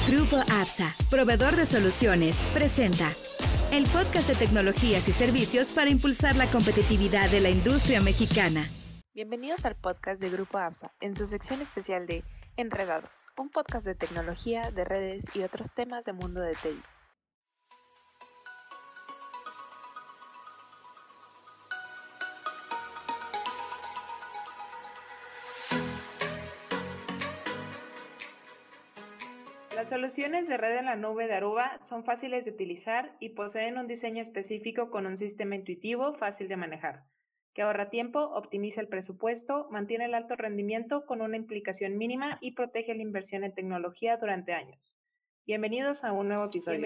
Grupo APSA, proveedor de soluciones, presenta el podcast de tecnologías y servicios para impulsar la competitividad de la industria mexicana. Bienvenidos al podcast de Grupo APSA, en su sección especial de Enredados, un podcast de tecnología, de redes y otros temas del mundo de TI. Las soluciones de red en la nube de Aruba son fáciles de utilizar y poseen un diseño específico con un sistema intuitivo fácil de manejar, que ahorra tiempo, optimiza el presupuesto, mantiene el alto rendimiento con una implicación mínima y protege la inversión en tecnología durante años. Bienvenidos a un nuevo episodio.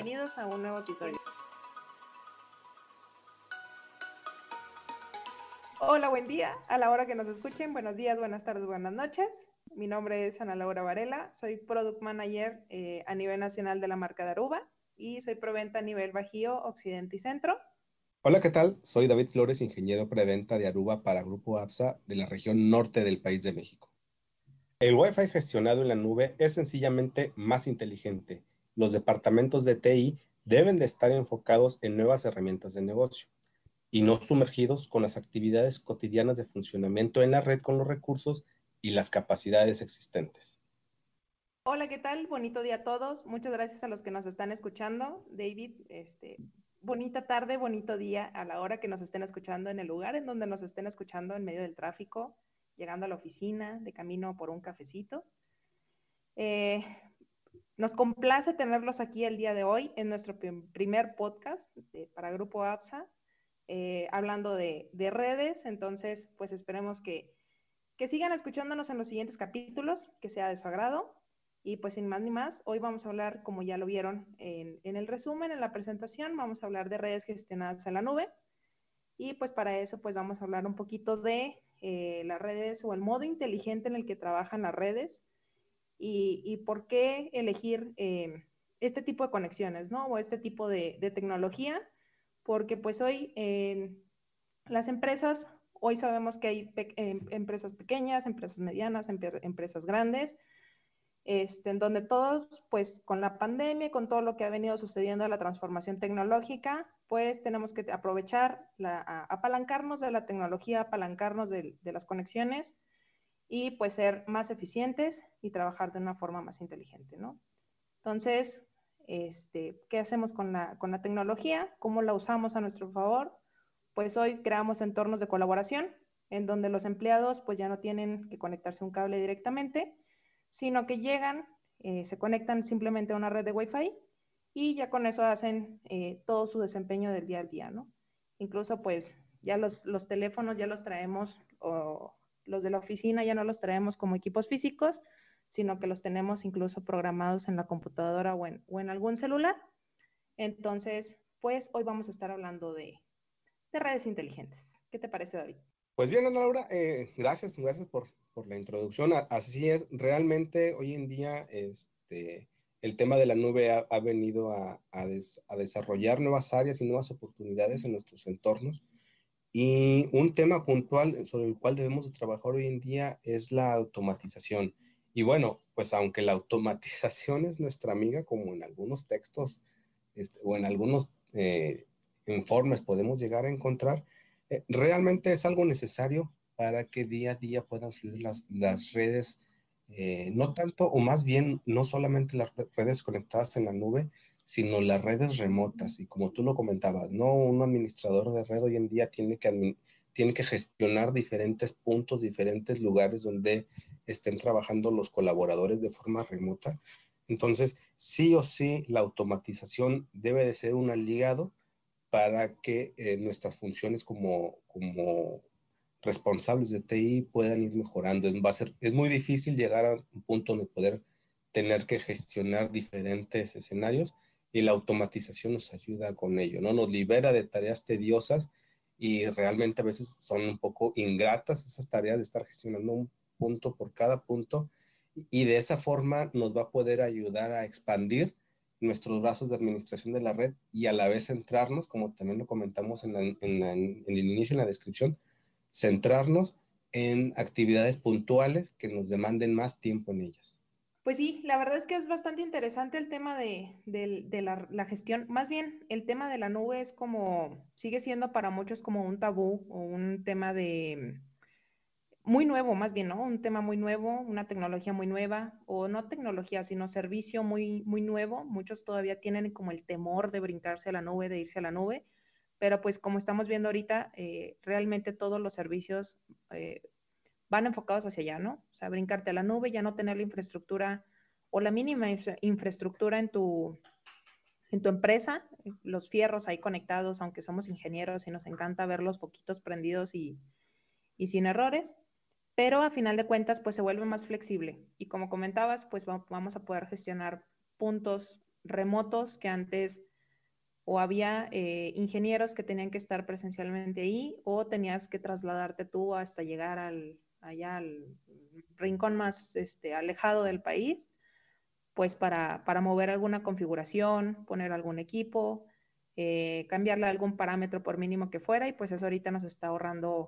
Hola, buen día. A la hora que nos escuchen, buenos días, buenas tardes, buenas noches. Mi nombre es Ana Laura Varela, soy Product Manager a nivel nacional de la marca de Aruba y soy preventa a nivel Bajío, Occidente y Centro. Hola, ¿qué tal? Soy David Flores, ingeniero preventa de Aruba para Grupo APSA de la región norte del país de México. El Wi-Fi gestionado en la nube es sencillamente más inteligente. Los departamentos de TI deben de estar enfocados en nuevas herramientas de negocio y no sumergidos con las actividades cotidianas de funcionamiento en la red con los recursos y las capacidades existentes. Hola, ¿qué tal? Bonito día a todos. Muchas gracias a los que nos están escuchando. David, bonita tarde, bonito día a la hora que nos estén escuchando en el lugar en donde nos estén escuchando en medio del tráfico, llegando a la oficina, de camino por un cafecito. Nos complace tenerlos aquí el día de hoy en nuestro primer podcast para Grupo APSA, hablando de redes. Entonces, pues esperemos que sigan escuchándonos en los siguientes capítulos, que sea de su agrado. Y pues sin más ni más, hoy vamos a hablar, como ya lo vieron en el resumen, en la presentación, vamos a hablar de redes gestionadas en la nube. Y pues para eso pues vamos a hablar un poquito de las redes o el modo inteligente en el que trabajan las redes y por qué elegir este tipo de conexiones, ¿no? O este tipo de tecnología, porque pues hoy las empresas, hoy sabemos que hay empresas pequeñas, empresas medianas, empresas grandes, en donde todos, pues con la pandemia y con todo lo que ha venido sucediendo, la transformación tecnológica, pues tenemos que aprovechar, apalancarnos de la tecnología, apalancarnos de las conexiones y pues ser más eficientes y trabajar de una forma más inteligente, ¿no? Entonces, ¿qué hacemos con la tecnología? ¿Cómo la usamos a nuestro favor? Pues hoy creamos entornos de colaboración en donde los empleados pues ya no tienen que conectarse a un cable directamente, sino que llegan, se conectan simplemente a una red de Wi-Fi y ya con eso hacen todo su desempeño del día al día, ¿no? Incluso pues ya los teléfonos ya los traemos, o los de la oficina ya no los traemos como equipos físicos, sino que los tenemos incluso programados en la computadora o en algún celular. Entonces, pues hoy vamos a estar hablando de redes inteligentes. ¿Qué te parece, David? Pues bien, Ana Laura, gracias por la introducción. Así es, realmente hoy en día el tema de la nube ha venido a desarrollar nuevas áreas y nuevas oportunidades en nuestros entornos. Y un tema puntual sobre el cual debemos de trabajar hoy en día es la automatización. Y bueno, pues aunque la automatización es nuestra amiga, como en algunos textos o en algunos informes podemos llegar a encontrar, realmente es algo necesario para que día a día puedan fluir las redes, no tanto, o más bien, no solamente las redes conectadas en la nube, sino las redes remotas. Y como tú lo comentabas, ¿no? Un administrador de red hoy en día tiene que gestionar diferentes puntos, diferentes lugares donde estén trabajando los colaboradores de forma remota. Entonces, sí o sí, la automatización debe de ser un aliado para que nuestras funciones como responsables de TI puedan ir mejorando. Es muy difícil llegar a un punto donde poder tener que gestionar diferentes escenarios y la automatización nos ayuda con ello, ¿no? Nos libera de tareas tediosas y realmente a veces son un poco ingratas esas tareas de estar gestionando un punto por cada punto y de esa forma nos va a poder ayudar a expandir nuestros brazos de administración de la red y a la vez centrarnos, como también lo comentamos en el inicio, en la descripción, centrarnos en actividades puntuales que nos demanden más tiempo en ellas. Pues sí, la verdad es que es bastante interesante el tema de la gestión. Más bien, el tema de la nube es como, sigue siendo para muchos como un tabú o un tema de muy nuevo, más bien, ¿no? Un tema muy nuevo, una tecnología muy nueva, o no tecnología, sino servicio muy, muy nuevo. Muchos todavía tienen como el temor de brincarse a la nube, de irse a la nube, pero pues como estamos viendo ahorita, realmente todos los servicios eh, van enfocados hacia allá, ¿no? O sea, brincarte a la nube, ya no tener la infraestructura o la mínima infraestructura en tu empresa, los fierros ahí conectados, aunque somos ingenieros y nos encanta ver los foquitos prendidos y sin errores, pero a final de cuentas, pues se vuelve más flexible. Y como comentabas, pues vamos a poder gestionar puntos remotos que antes o había ingenieros que tenían que estar presencialmente ahí o tenías que trasladarte tú hasta llegar allá al rincón más alejado del país, pues para mover alguna configuración, poner algún equipo, cambiarle algún parámetro por mínimo que fuera y pues eso ahorita nos está ahorrando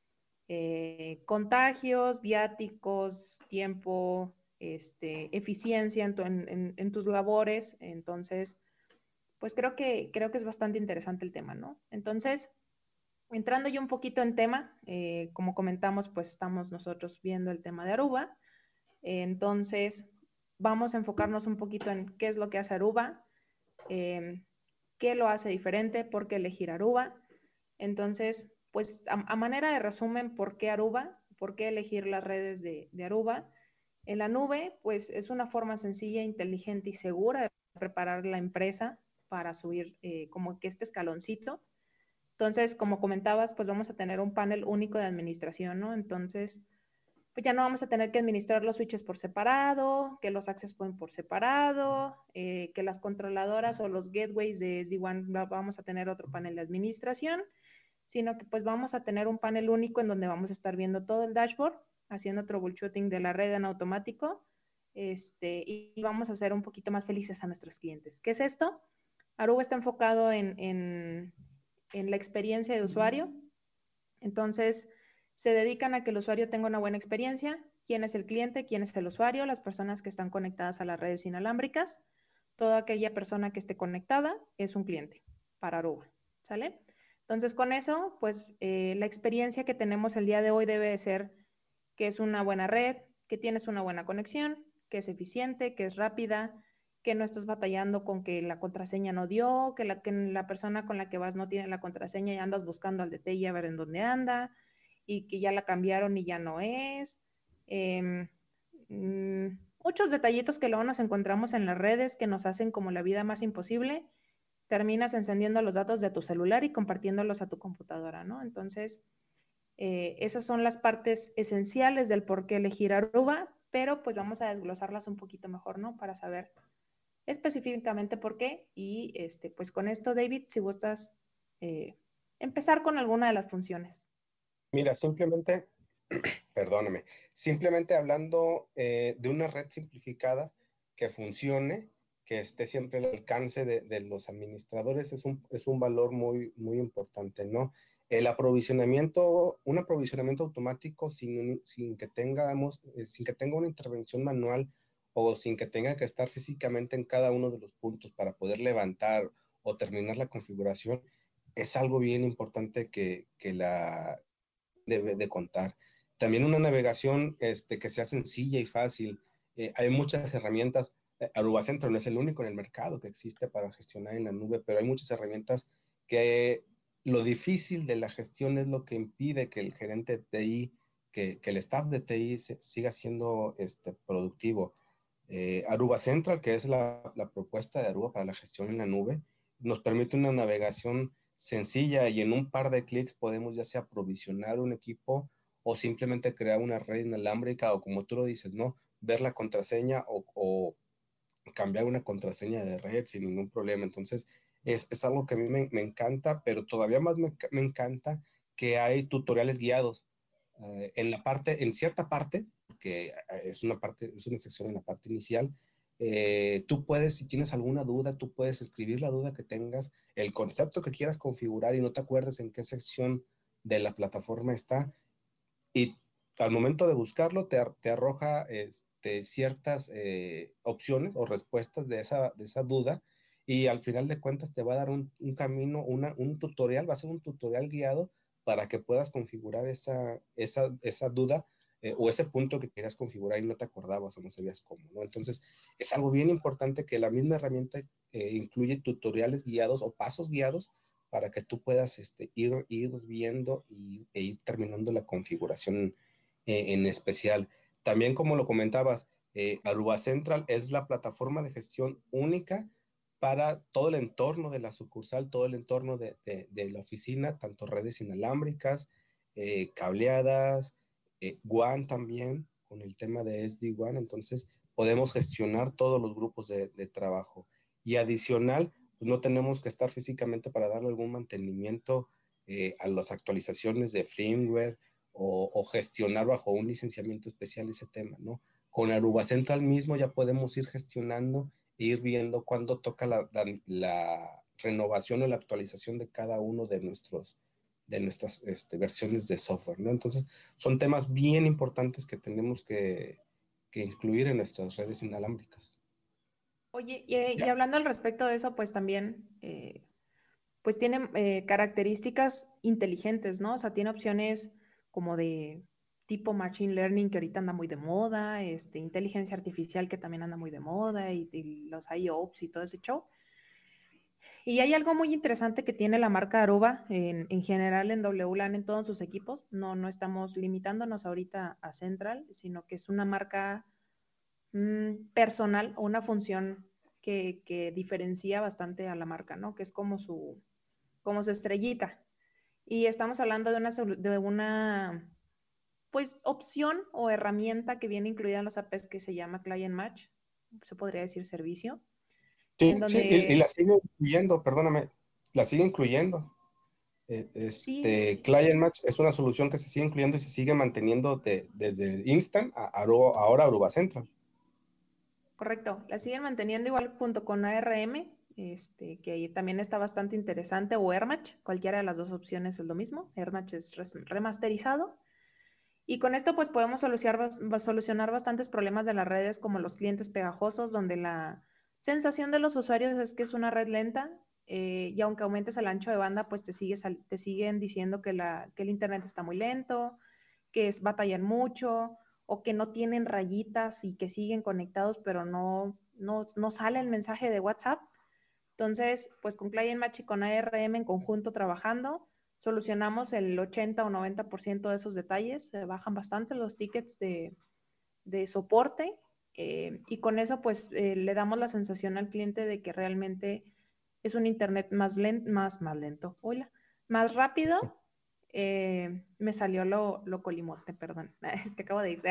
contagios, viáticos, tiempo, eficiencia en tus labores. Entonces, pues creo que es bastante interesante el tema, ¿no? Entonces, entrando yo un poquito en tema, como comentamos, pues estamos nosotros viendo el tema de Aruba. Entonces, vamos a enfocarnos un poquito en qué es lo que hace Aruba, eh, qué lo hace diferente, por qué elegir Aruba. Entonces, pues a manera de resumen, ¿por qué Aruba? ¿Por qué elegir las redes de Aruba? En la nube, pues es una forma sencilla, inteligente y segura de preparar la empresa para subir como que este escaloncito. Entonces, como comentabas, pues vamos a tener un panel único de administración, ¿no? Entonces, pues ya no vamos a tener que administrar los switches por separado, que los access point por separado, que las controladoras o los gateways de SD-WAN vamos a tener otro panel de administración, sino que pues vamos a tener un panel único en donde vamos a estar viendo todo el dashboard, haciendo troubleshooting de la red en automático, y vamos a hacer un poquito más felices a nuestros clientes. ¿Qué es esto? Aruba está enfocado en la experiencia de usuario, entonces se dedican a que el usuario tenga una buena experiencia. ¿Quién es el cliente? ¿Quién es el usuario? Las personas que están conectadas a las redes inalámbricas. Toda aquella persona que esté conectada es un cliente para Aruba, ¿sale? Entonces, con eso, pues la experiencia que tenemos el día de hoy debe de ser que es una buena red, que tienes una buena conexión, que es eficiente, que es rápida, que no estás batallando con que la contraseña no dio, que la persona con la que vas no tiene la contraseña y andas buscando al DTI a ver en dónde anda, y que ya la cambiaron y ya no es. Eh, Muchos detallitos que luego nos encontramos en las redes que nos hacen como la vida más imposible, terminas encendiendo los datos de tu celular y compartiéndolos a tu computadora, ¿no? Entonces, esas son las partes esenciales del por qué elegir Aruba, pero pues vamos a desglosarlas un poquito mejor, ¿no? Para saber específicamente por qué. Y pues con esto, David, si gustas empezar con alguna de las funciones. Mira, simplemente, perdóname, simplemente hablando de una red simplificada que funcione, que esté siempre al alcance de los administradores, es un valor muy, muy importante, ¿no? El aprovisionamiento, un aprovisionamiento automático sin que tengamos, sin que tenga una intervención manual o sin que tenga que estar físicamente en cada uno de los puntos para poder levantar o terminar la configuración, es algo bien importante que la debe de contar. También una navegación que sea sencilla y fácil. Hay muchas herramientas. Aruba Central no es el único en el mercado que existe para gestionar en la nube, pero hay muchas herramientas que lo difícil de la gestión es lo que impide que el gerente de TI, que el staff de TI siga siendo productivo. Aruba Central, que es la propuesta de Aruba para la gestión en la nube, nos permite una navegación sencilla y en un par de clics podemos ya sea aprovisionar un equipo o simplemente crear una red inalámbrica o como tú lo dices, ¿no? Ver la contraseña o cambiar una contraseña de red sin ningún problema. Entonces, es algo que a mí me encanta, pero todavía más me encanta que hay tutoriales guiados. En cierta parte, que es una sección en la parte inicial, tú puedes, si tienes alguna duda, tú puedes escribir la duda que tengas, el concepto que quieras configurar y no te acuerdes en qué sección de la plataforma está, y al momento de buscarlo te arroja ciertas opciones o respuestas de esa duda, y al final de cuentas te va a dar un camino, un tutorial, va a ser un tutorial guiado para que puedas configurar esa duda o ese punto que querías configurar y no te acordabas o no sabías cómo, ¿no? Entonces, es algo bien importante que la misma herramienta incluye tutoriales guiados o pasos guiados para que tú puedas ir viendo e ir terminando la configuración en especial. También, como lo comentabas, Aruba Central es la plataforma de gestión única para todo el entorno de la sucursal, todo el entorno de la oficina, tanto redes inalámbricas, cableadas, WAN también, con el tema de SD-WAN. Entonces podemos gestionar todos los grupos de trabajo. Y adicional, pues no tenemos que estar físicamente para darle algún mantenimiento a las actualizaciones de firmware o gestionar bajo un licenciamiento especial ese tema, ¿no? Con Aruba Central mismo ya podemos ir gestionando e ir viendo cuándo toca la renovación o la actualización de cada uno de nuestras versiones de software, ¿no? Entonces, son temas bien importantes que tenemos que incluir en nuestras redes inalámbricas. Oye, y hablando al respecto de eso, pues también, pues tiene características inteligentes, ¿no? O sea, tiene opciones como de tipo machine learning, que ahorita anda muy de moda, inteligencia artificial, que también anda muy de moda, y los IOPS y todo ese show. Y hay algo muy interesante que tiene la marca Aruba en general en WLAN en todos sus equipos. No estamos limitándonos ahorita a Central, sino que es una marca personal o una función que diferencia bastante a la marca, ¿no? Que es como su estrellita. Y estamos hablando de una pues opción o herramienta que viene incluida en los APs que se llama Client Match, se podría decir servicio, Sí, en sí, y la donde sigue incluyendo, perdóname, la sigue incluyendo. sí. Client Match es una solución que se sigue incluyendo y se sigue manteniendo desde Instant ahora Aruba Central. Correcto, la siguen manteniendo igual junto con ARM, que ahí también está bastante interesante, o AirMatch, cualquiera de las dos opciones es lo mismo. AirMatch es remasterizado. Y con esto pues podemos solucionar bastantes problemas de las redes, como los clientes pegajosos, donde la sensación de los usuarios es que es una red lenta, y aunque aumentes el ancho de banda, pues te siguen diciendo que el internet está muy lento, que batallan mucho, o que no tienen rayitas y que siguen conectados, pero no sale el mensaje de WhatsApp. Entonces, pues con Client Match y con ARM en conjunto trabajando, solucionamos el 80 o 90% de esos detalles, bajan bastante los tickets de soporte, y con eso pues le damos la sensación al cliente de que realmente es un internet más lento, hola, más rápido. Me salió lo colimote, perdón, es que acabo de ir.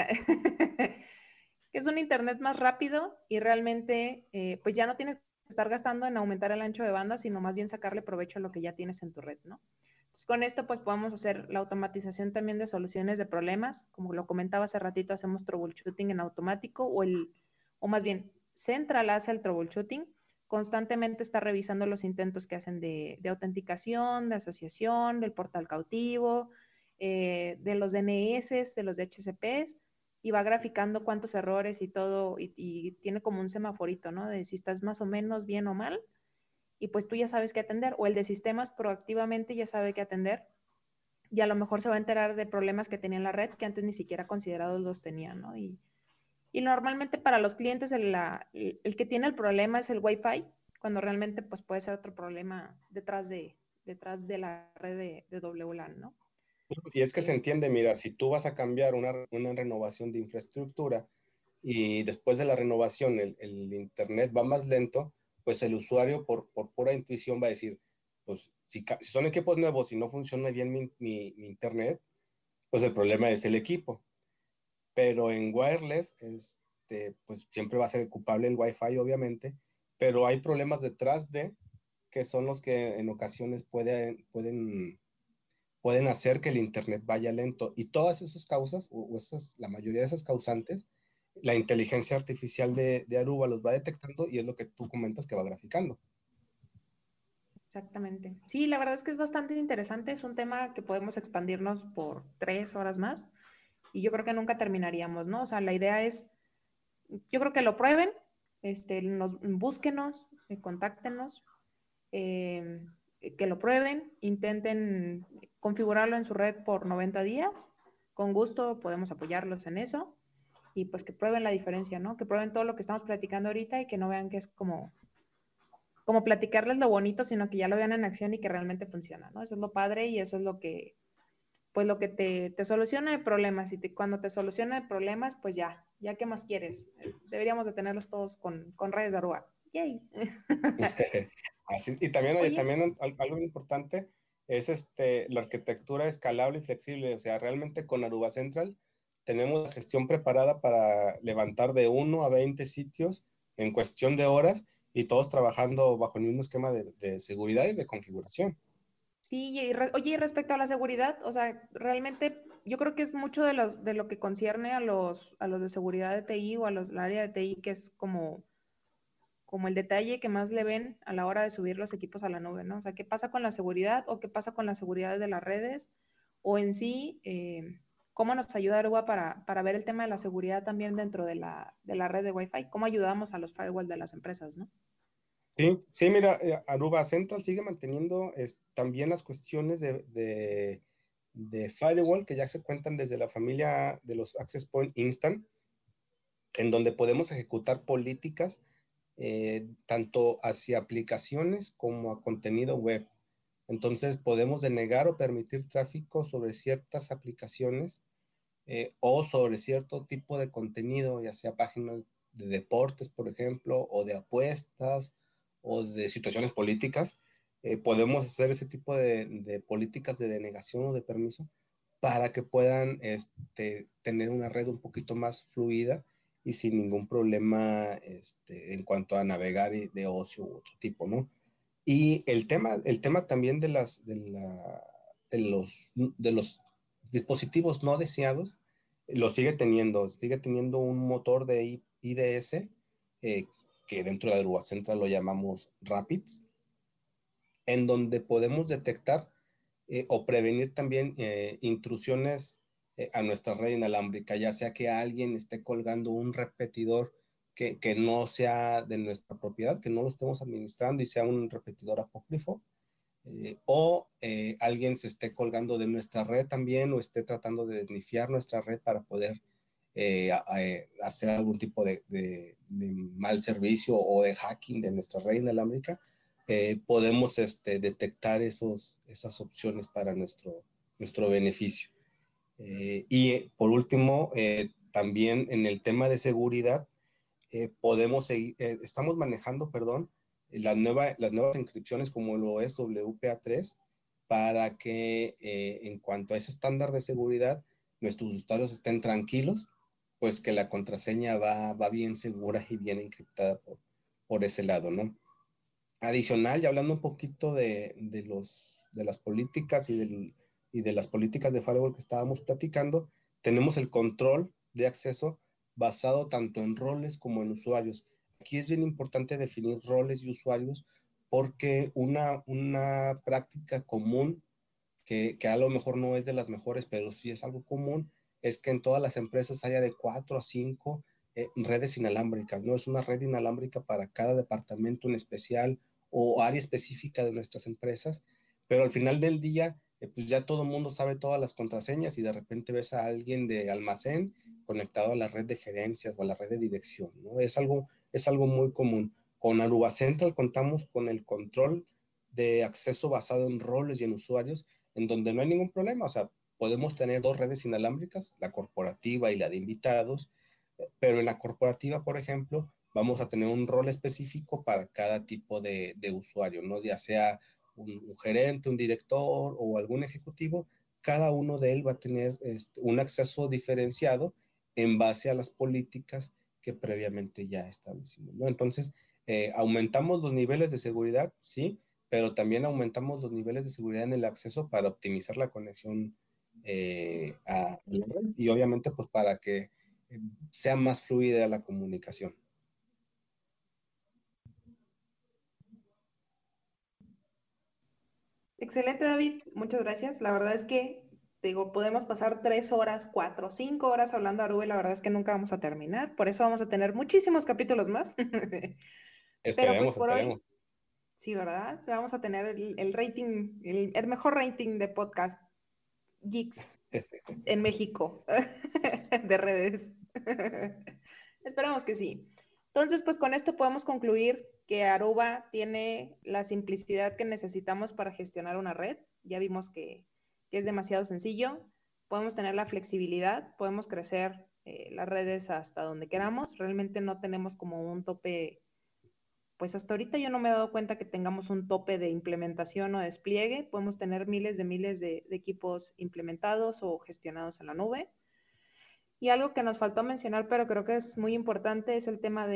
Es un internet más rápido y realmente pues ya no tienes que estar gastando en aumentar el ancho de banda, sino más bien sacarle provecho a lo que ya tienes en tu red, ¿no? Entonces, con esto pues podemos hacer la automatización también de soluciones de problemas, como lo comentaba hace ratito, hacemos troubleshooting en automático o más bien Central hace el troubleshooting, constantemente está revisando los intentos que hacen de autenticación, de asociación, del portal cautivo, de los DNS, de los DHCPs, y va graficando cuántos errores y todo, y tiene como un semaforito, ¿no? De si estás más o menos bien o mal, y pues tú ya sabes qué atender, o el de sistemas proactivamente ya sabe qué atender, y a lo mejor se va a enterar de problemas que tenía en la red que antes ni siquiera considerados los tenía, ¿no? Y normalmente para los clientes el que tiene el problema es el Wi-Fi, cuando realmente pues puede ser otro problema detrás de la red de WLAN, ¿no? Y es que se entiende, mira, si tú vas a cambiar una renovación de infraestructura y después de la renovación el internet va más lento, pues el usuario por pura intuición va a decir, pues si son equipos nuevos y no funciona bien mi internet, pues el problema es el equipo. Pero en wireless, pues siempre va a ser el culpable el Wi-Fi, obviamente, pero hay problemas detrás que son los que en ocasiones pueden hacer que el internet vaya lento. Y todas esas causas, la mayoría de esas causantes, la inteligencia artificial de Aruba los va detectando y es lo que tú comentas que va graficando. Exactamente. Sí, la verdad es que es bastante interesante. Es un tema que podemos expandirnos por 3 horas más y yo creo que nunca terminaríamos, ¿no? O sea, la idea es yo creo que lo prueben, búsquenos, contáctenos, que lo prueben, intenten configurarlo en su red por 90 días. Con gusto podemos apoyarlos en eso y pues que prueben la diferencia, ¿no? Que prueben todo lo que estamos platicando ahorita y que no vean que es como platicarles lo bonito, sino que ya lo vean en acción y que realmente funciona, ¿no? Eso es lo padre y eso es lo que, pues lo que te soluciona de problemas. Y cuando te soluciona de problemas, pues ya qué más quieres. Deberíamos de tenerlos todos con redes de Aruba. ¡Yay! Así, y también, oye, Oye, también algo importante es la arquitectura escalable y flexible. O sea, realmente con Aruba Central tenemos la gestión preparada para levantar de 1 a 20 sitios en cuestión de horas y todos trabajando bajo el mismo esquema de seguridad y de configuración. sí, oye, y respecto a la seguridad, o sea, realmente yo creo que es mucho de lo que concierne a los de seguridad de TI o la área de TI, que es como el detalle que más le ven a la hora de subir los equipos a la nube, ¿no? O sea, ¿qué pasa con la seguridad o qué pasa con la seguridad de las redes? O en sí, ¿cómo nos ayuda Aruba para ver el tema de la seguridad también dentro de la red de Wi-Fi? ¿Cómo ayudamos a los firewall de las empresas, ¿no? Sí, sí, mira, Aruba Central sigue manteniendo también las cuestiones de firewall que ya se cuentan desde la familia de los Access Point Instant, en donde podemos ejecutar políticas tanto hacia aplicaciones como a contenido web. Entonces podemos denegar o permitir tráfico sobre ciertas aplicaciones o sobre cierto tipo de contenido, ya sea páginas de deportes, por ejemplo, o de apuestas, o de situaciones políticas. Podemos hacer ese tipo de políticas de denegación o de permiso para que puedan tener una red un poquito más fluida y sin ningún problema en cuanto a navegar de ocio u otro tipo, ¿no? Y el tema también de los dispositivos no deseados, lo sigue teniendo un motor de IDS, eh, que dentro de Aruba Central lo llamamos Rapids, en donde podemos detectar o prevenir también intrusiones a nuestra red inalámbrica, ya sea que alguien esté colgando un repetidor que no sea de nuestra propiedad, que no lo estemos administrando y sea un repetidor apócrifo, o alguien se esté colgando de nuestra red también o esté tratando de desnifiar nuestra red para poder hacer algún tipo de mal servicio o de hacking de nuestra red inalámbrica. Podemos detectar esas opciones para nuestro beneficio. Y por último, también en el tema de seguridad, podemos seguir, estamos manejando, perdón, las nuevas inscripciones como lo es WPA3 para que en cuanto a ese estándar de seguridad, nuestros usuarios estén tranquilos, pues que la contraseña va bien segura y bien encriptada por ese lado, ¿no? Adicional, ya hablando un poquito de las políticas y de las políticas de firewall que estábamos platicando, tenemos el control de acceso basado tanto en roles como en usuarios. Aquí es bien importante definir roles y usuarios porque una práctica común que a lo mejor no es de las mejores, pero sí es algo común, es que en todas las empresas haya de 4 a 5 redes inalámbricas, ¿no? Es una red inalámbrica para cada departamento en especial o área específica de nuestras empresas, pero al final del día, pues ya todo el mundo sabe todas las contraseñas y de repente ves a alguien de almacén conectado a la red de gerencias o a la red de dirección, ¿no? Es algo muy común. Con Aruba Central contamos con el control de acceso basado en roles y en usuarios, en donde no hay ningún problema. O sea, podemos tener 2 redes inalámbricas, la corporativa y la de invitados, pero en la corporativa, por ejemplo, vamos a tener un rol específico para cada tipo de usuario, ¿no? Ya sea un gerente, un director o algún ejecutivo, cada uno de él va a tener un acceso diferenciado en base a las políticas que previamente ya establecimos, ¿no? Entonces, aumentamos los niveles de seguridad, sí, pero también aumentamos los niveles de seguridad en el acceso para optimizar la conexión a la red y obviamente pues para que sea más fluida la comunicación. Excelente, David. Muchas gracias. La verdad es que te digo, podemos pasar 3 horas, 4, 5 horas hablando de Aruba y la verdad es que nunca vamos a terminar. Por eso vamos a tener muchísimos capítulos más. Pero pues por Esperemos. hoy, sí, ¿verdad? Vamos a tener el rating, el mejor rating de podcast geeks en México de redes. Esperamos que sí. Entonces, pues con esto podemos concluir que Aruba tiene la simplicidad que necesitamos para gestionar una red. Ya vimos que es demasiado sencillo. Podemos tener la flexibilidad, podemos crecer las redes hasta donde queramos. Realmente no tenemos como un tope, pues hasta ahorita yo no me he dado cuenta que tengamos un tope de implementación o despliegue. Podemos tener miles de equipos implementados o gestionados en la nube. Y algo que nos faltó mencionar, pero creo que es muy importante, es el tema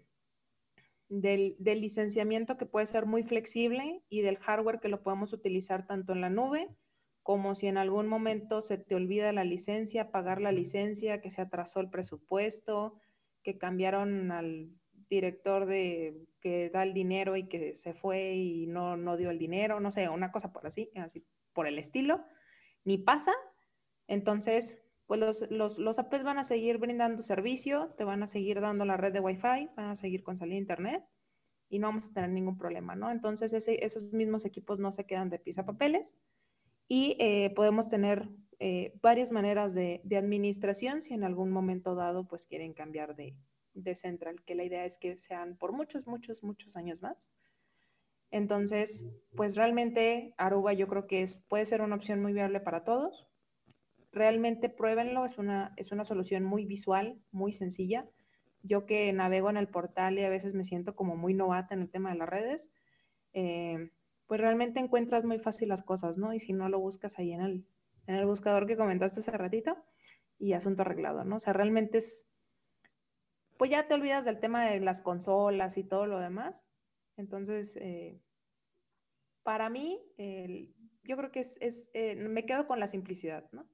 del licenciamiento, que puede ser muy flexible, y del hardware, que lo podemos utilizar tanto en la nube como si en algún momento se te olvida la licencia, pagar la licencia, que se atrasó el presupuesto, que cambiaron al director que da el dinero y que se fue y no dio el dinero, no sé, una cosa así por el estilo, ni pasa. Entonces, pues los APs van a seguir brindando servicio, te van a seguir dando la red de Wi-Fi, van a seguir con salida de internet y no vamos a tener ningún problema, ¿no? Entonces, esos mismos equipos no se quedan de pisapapeles y podemos tener varias maneras de administración si en algún momento dado pues quieren cambiar de Central, que la idea es que sean por muchos, muchos, muchos años más. Entonces, pues realmente Aruba yo creo que puede ser una opción muy viable para todos. Realmente pruébenlo, es una solución muy visual, muy sencilla. Yo que navego en el portal y a veces me siento como muy novata en el tema de las redes, pues realmente encuentras muy fácil las cosas, ¿no? Y si no, lo buscas ahí en el buscador que comentaste hace ratito y asunto arreglado, ¿no? O sea, realmente pues ya te olvidas del tema de las consolas y todo lo demás. Entonces, para mí, yo creo que me quedo con la simplicidad, ¿no?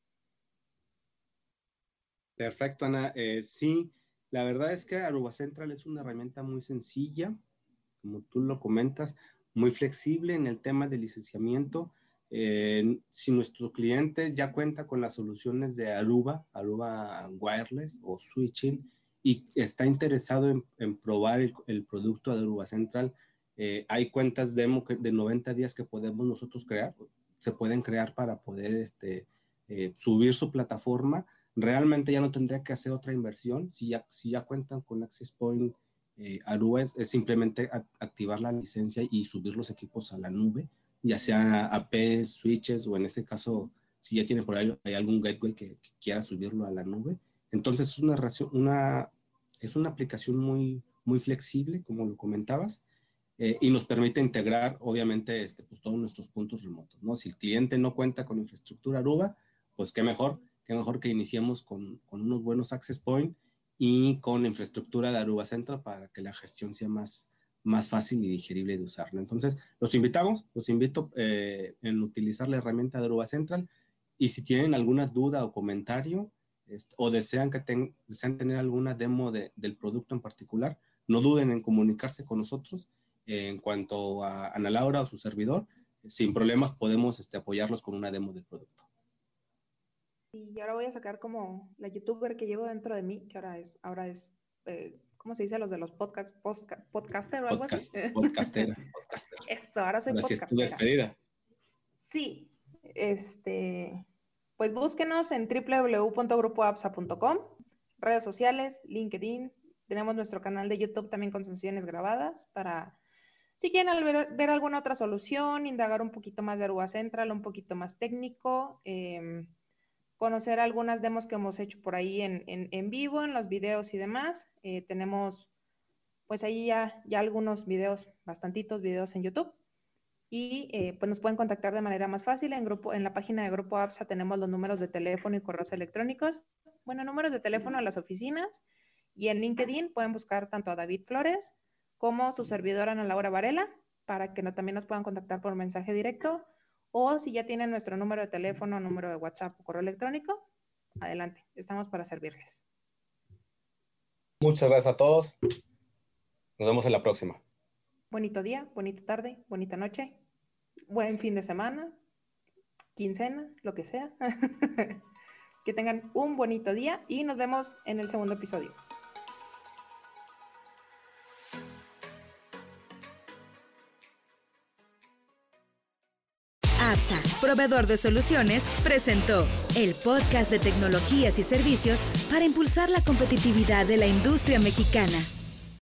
Perfecto, Ana. Sí, la verdad es que Aruba Central es una herramienta muy sencilla, como tú lo comentas, muy flexible en el tema de licenciamiento. Si nuestro cliente ya cuenta con las soluciones de Aruba Wireless o Switching, y está interesado en probar el producto de Aruba Central, hay cuentas demo de 90 días que podemos nosotros crear, se pueden crear para poder subir su plataforma. Realmente ya no tendría que hacer otra inversión si ya cuentan con Access Point. Aruba es simplemente activar la licencia y subir los equipos a la nube, ya sea APs, switches, o en este caso, si ya tiene por ahí hay algún gateway que quiera subirlo a la nube. Entonces es una aplicación muy, muy flexible, como lo comentabas, y nos permite integrar, obviamente, pues, todos nuestros puntos remotos, ¿no? Si el cliente no cuenta con infraestructura Aruba, pues qué mejor que iniciemos con unos buenos access point y con la infraestructura de Aruba Central para que la gestión sea más fácil y digerible de usar, ¿no? Entonces, los invito en utilizar la herramienta de Aruba Central, y si tienen alguna duda o comentario, o desean tener alguna demo del producto en particular, no duden en comunicarse con nosotros. En cuanto a Ana Laura o su servidor, sin problemas podemos apoyarlos con una demo del producto. Y ahora voy a sacar como la youtuber que llevo dentro de mí, que ahora es ¿cómo se dice a los de los podcaster o algo así? Podcastera. Eso, ahora soy podcastera. Sí es tu despedida. Sí, pues búsquenos en www.grupoapsa.com, redes sociales, LinkedIn, tenemos nuestro canal de YouTube también con sesiones grabadas para, si quieren ver alguna otra solución, indagar un poquito más de Aruba Central, un poquito más técnico, conocer algunas demos que hemos hecho por ahí en vivo, en los videos y demás. Tenemos pues ahí ya algunos videos, bastantitos videos en YouTube. Y pues nos pueden contactar de manera más fácil. En la página de Grupo APSA tenemos los números de teléfono y correos electrónicos. Bueno, números de teléfono a las oficinas. Y en LinkedIn pueden buscar tanto a David Flores como su servidora Ana Laura Varela, para que también nos puedan contactar por mensaje directo. O si ya tienen nuestro número de teléfono, número de WhatsApp o correo electrónico, adelante, estamos para servirles. Muchas gracias a todos. Nos vemos en la próxima. Bonito día, bonita tarde, bonita noche, buen fin de semana. quincena, lo que sea. Que tengan un bonito día y nos vemos en el segundo episodio. APSA, proveedor de soluciones, presentó el podcast de tecnologías y servicios para impulsar la competitividad de la industria mexicana.